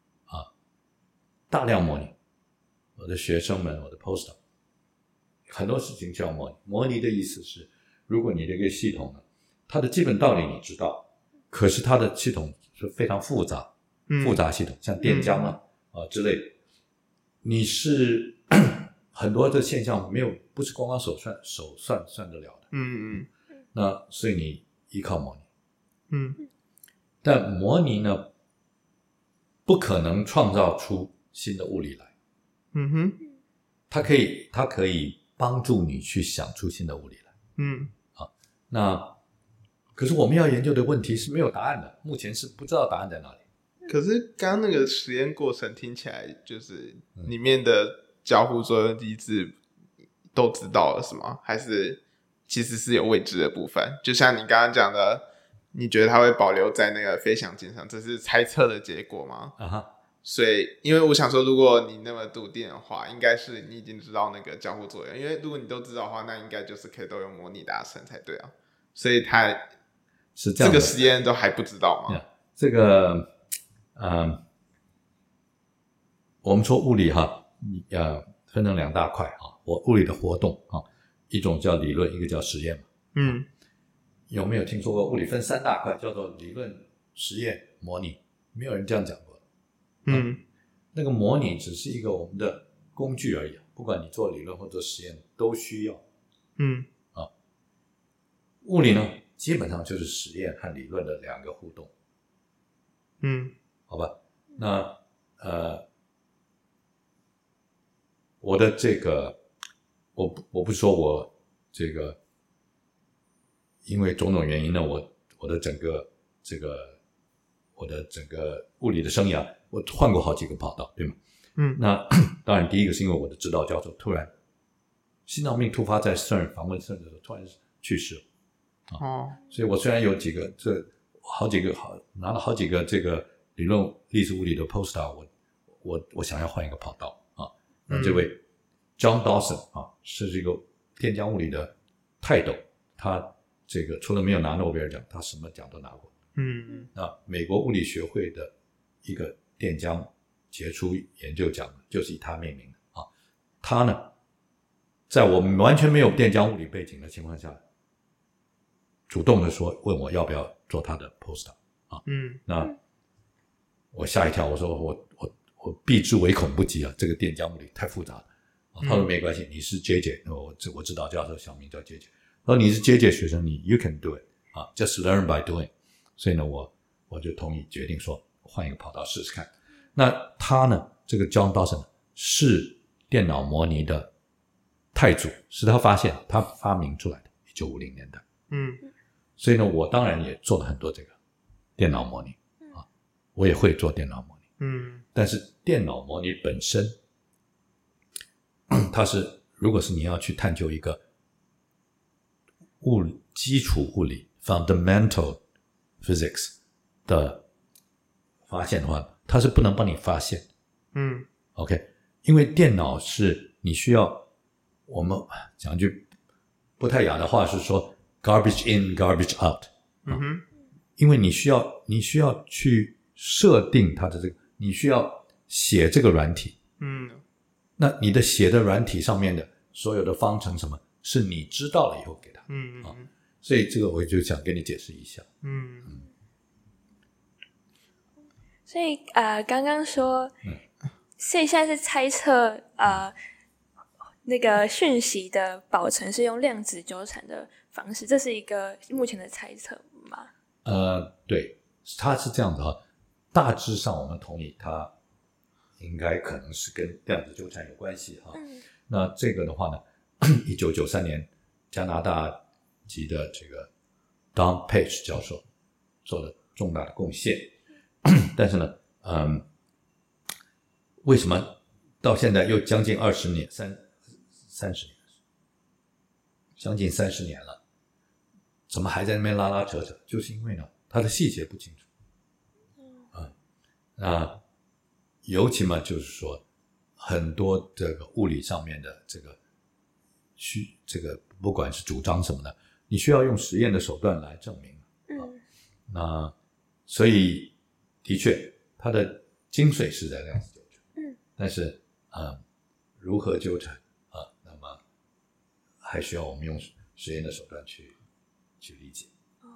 大量模拟，我的学生们，我的 postdoc 很多事情叫模拟。模拟的意思是，如果你这个系统呢，它的基本道理你知道，可是它的系统是非常复杂系统，像电浆之类的，你是很多的现象不是光手算得了的。那所以你依靠模拟。但模拟呢，不可能创造出新的物理来。它可以帮助你去想出新的物理来。那可是我们要研究的问题是没有答案的，目前是不知道答案在哪里。 可是刚刚那个实验过程听起来就是里面的交互作用机制都知道了是吗？还是其实是有未知的部分？就像你刚刚讲的，你觉得它会保留在那个飞翔镜上，这是猜测的结果吗？所以因为我想说，如果你那么笃定的话，应该是你已经知道那个交互作用，因为如果你都知道的话，那应该就是可以都用模拟达成才对啊。所以它是这样的， 这个实验都还不知道吗？ 这个我们说物理分成两大块物理的活动一种叫理论，一个叫实验嘛。有没有听说过物理分三大块，叫做理论、实验、模拟？没有人这样讲过。那个模拟只是一个我们的工具而已，不管你做理论或做实验都需要。物理呢，基本上就是实验和理论的两个互动。好吧，那我的这个我不说我这个因为种种原因呢，我的整个物理的生涯，我换过好几个跑道，对吗？那当然第一个是因为我的指导教授突然心脏病突发，在 CERN 访问 CERN 的时候突然去世了所以我虽然有拿了好几个这个理论历史物理的 postdoc， 我想要换一个跑道那这位 John Dawson 是这个电浆物理的泰斗，他这个除了没有拿诺贝尔奖，他什么奖都拿过。那美国物理学会的一个电浆杰出研究奖就是以他命名的他呢，在我们完全没有电浆物理背景的情况下，主动的问我要不要做他的 postdoc那我吓一跳，我说我避之唯恐不及这个电浆物理太复杂了他说没关系，你是 JJ， 我指导教授小名叫 JJ， 他说你是 JJ 学生，你 you can do it just learn by doing。 所以呢我就同意决定说换一个跑道试试看。那他呢，这个 John Dawson 是电脑模拟的太祖，是他发明出来的1950年代所以呢我当然也做了很多这个电脑模拟我也会做电脑模拟但是电脑模拟本身它是，如果是你要去探究一个基础物理 fundamental physics 的发现的话，它是不能帮你发现OK， 因为电脑是你需要，我们讲一句不太雅的话是说 garbage in garbage out因为你需要去设定它的这个，你需要写这个软体那你的写的软体上面的所有的方程什么是你知道了以后给他所以这个我就想跟你解释一下所以刚刚说所以现在是猜测那个讯息的保存是用量子纠缠的方式，这是一个目前的猜测吗？ 对，它是这样子大致上我们同意它应该可能是跟量子纠缠有关系那这个的话呢1993年加拿大籍的这个 Don Page 教授做了重大的贡献但是呢为什么到现在又将近20年30年将近30年了怎么还在那边拉拉扯扯就是因为呢它的细节不清楚那尤其嘛就是说很多这个物理上面的这个不管是主张什么的你需要用实验的手段来证明那所以的确它的精髓是在量子纠缠但是如何纠缠那么还需要我们用实验的手段去理解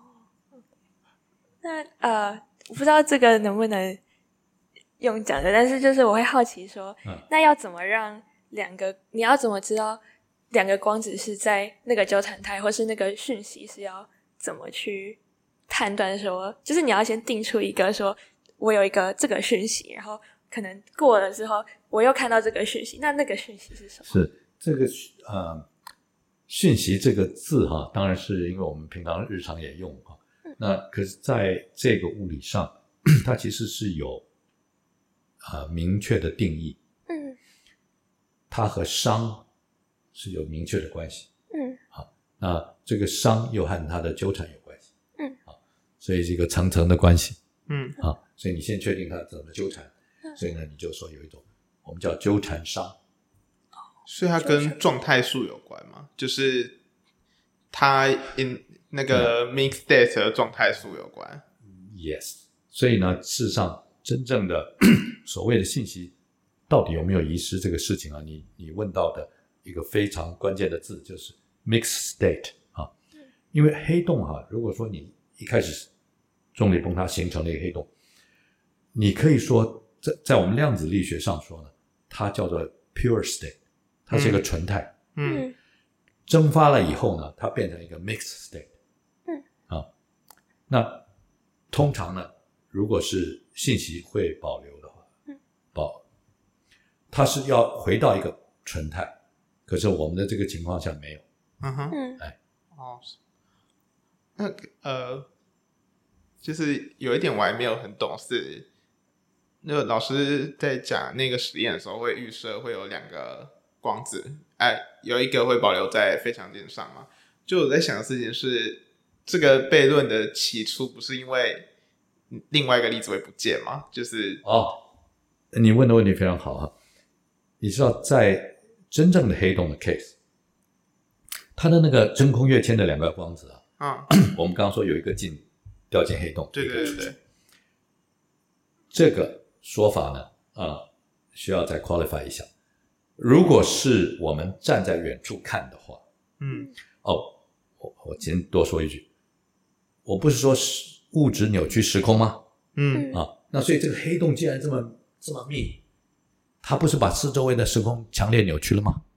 那我不知道这个能不能用讲的，但是就是我会好奇说那要怎么让你要怎么知道两个光子是在那个纠缠态或是那个讯息是要怎么去判断说就是你要先定出一个说我有一个这个讯息然后可能过了之后我又看到这个讯息那个讯息是什么是这个讯息这个字当然是因为我们平常日常也用那可是在这个物理上它其实是有明确的定义它和熵是有明确的关系那这个熵又和它的纠缠有关系所以是一个层层的关系所以你先确定它怎么纠缠所以呢你就说有一种我们叫纠缠熵所以它跟状态数有关吗？就是它那个 mixed state 的状态数有关 Yes 所以呢事实上真正的所谓的信息到底有没有遗失这个事情你问到的一个非常关键的字就是 mixed state因为黑洞如果说你一开始重力崩塌形成了一个黑洞你可以说在我们量子力学上说呢它叫做 pure state 它是一个纯态蒸发了以后呢它变成一个 mixed state那通常呢如果是信息会保留的话它是要回到一个纯态可是我们的这个情况下没有那就是有一点我还没有很懂是那个老师在讲那个实验的时候会预设会有2个光子有一个会保留在非常点上嘛就我在想的事情是这个悖论的起初不是因为另外一个粒子会不见吗就是你问的问题非常好你知道在真正的黑洞的 case 它的那个真空跃迁的2个光子我们刚刚说有一个掉进黑洞对这个说法呢需要再 qualify 一下如果是我们站在远处看的话我先多说一句我不是说物质扭曲时空吗那所以这个黑洞既然这么密它不是把四周围的时空强烈扭曲了吗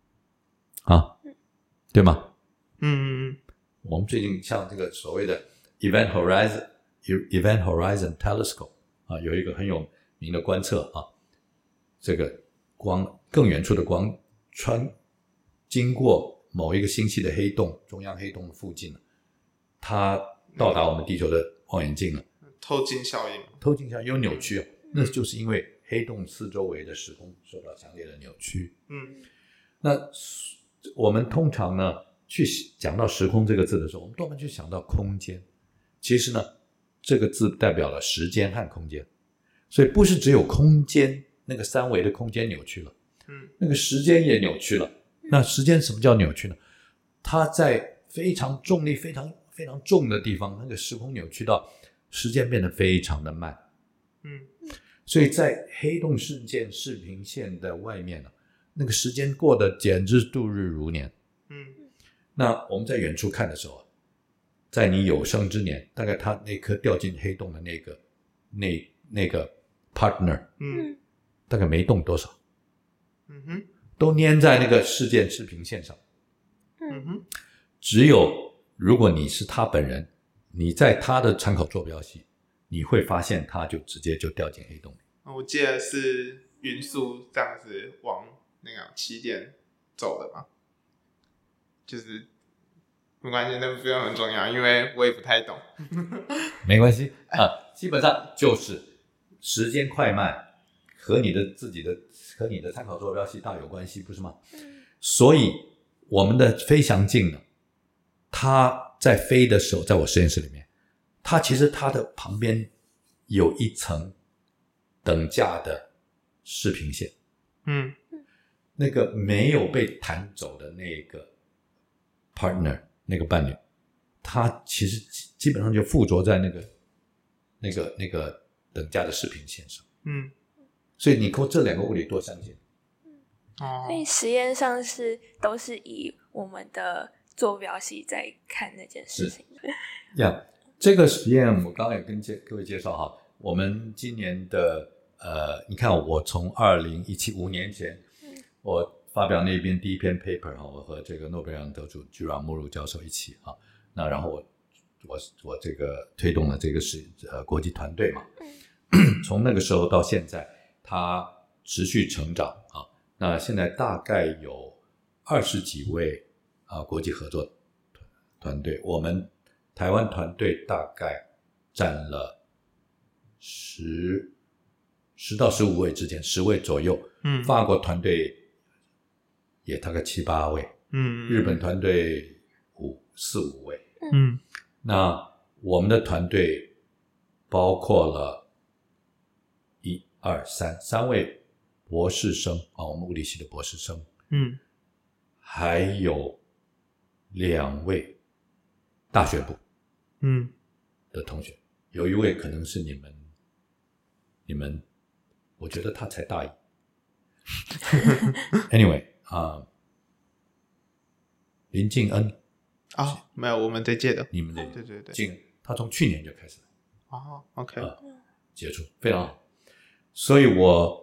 对吗我们最近像这个所谓的 Event Horizon Telescope 有一个很有名的观测这个光更远处的光经过某一个星系的黑洞中央黑洞的附近它到达我们地球的望远镜了透镜效应有扭曲那就是因为黑洞四周围的时空受到强烈的扭曲那我们通常呢去讲到时空这个字的时候我们多半去想到空间其实呢这个字代表了时间和空间所以不是只有空间那个三维的空间扭曲了那个时间也扭曲了那时间什么叫扭曲呢它在非常重力非常非常重的地方那个时空扭曲到时间变得非常的慢所以在黑洞事件视平线的外面那个时间过得简直度日如年。那我们在远处看的时候，在你有生之年，大概他那颗掉进黑洞的那个 partner， 大概没动多少，都粘在那个事件视平线上。只有如果你是他本人，你在他的参考坐标系，你会发现他就直接就掉进黑洞里。 我记得是匀速这样子往那个起点走的嘛，就是没关系，那不用很重要，因为我也不太懂。 没关系基本上就是时间快慢和你的参考坐标系大有关系，不是吗？所以我们的飞翔镜呢，它在飞的时候，在我实验室里面，它其实它的旁边有一层等价的视平线。那个没有被弹走的那个 partner， 那个伴侣，他其实基本上就附着在那个等价的视平线上。所以你看这两个物理多相近。 所以实验上都是以我们的坐标系在看那件事情的。 这个实验我刚刚也跟各位介绍哈，我们今年的你看我从5年前我发表那边第一篇 paper 我和这个诺贝尔奖得主居拉穆鲁教授一起那然后我这个推动了这个国际团队嘛，从那个时候到现在，它持续成长那现在大概有20几位国际合作团队，我们台湾团队大概占了10到15位之间，10位左右。法国团队也大概7、8位。日本团队4、5位。那我们的团队包括了1、2、3位博士生我们物理系的博士生。还有2位大学部的同学，有一位可能是你们我觉得他才大一。Anyway 林敬恩没有，我们这届的， 你们这届， 对， 敬恩他从去年就开始了。 OK 接触非常好，所以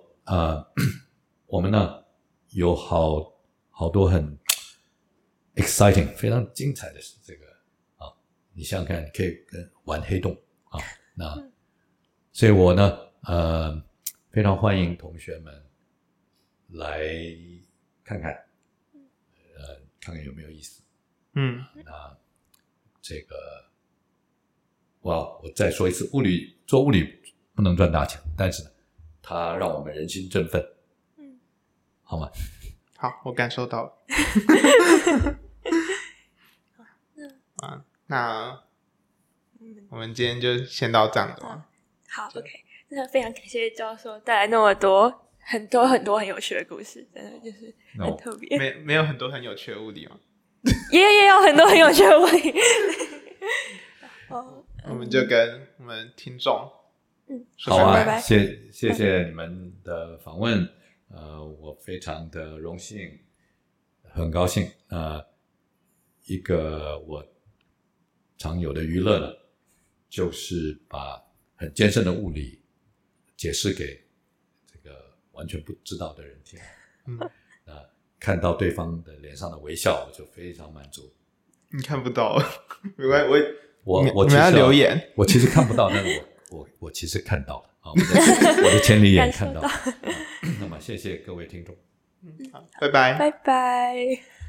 我们呢有好多很 exciting 非常精彩的这个你想想看，你可以玩黑洞那所以我呢非常欢迎同学们来看看看看有没有意思。那这个我再说一次，做物理不能赚大钱，但是呢它让我们人心振奋。好吗？ 好，我感受到了。那我们今天就先到这样的吗？ 好 OK， 那非常感谢教授带来那么多很多很有趣的故事，真的就是很特别。 没有很多很有趣的物理吗？ 也有很多很有趣的物理。 我们就跟我们听众说拜拜。 谢谢你们的访问。我非常的荣幸，很高兴。一个我常有的娱乐呢，就是把很艰深的物理解释给这个完全不知道的人听。看到对方的脸上的微笑，我就非常满足。 你看不到，没关系， 我你们要留言。 我其实看不到，但是我其实看到了我的千里眼看到了。那么谢谢各位听众。 好，拜拜。 拜拜。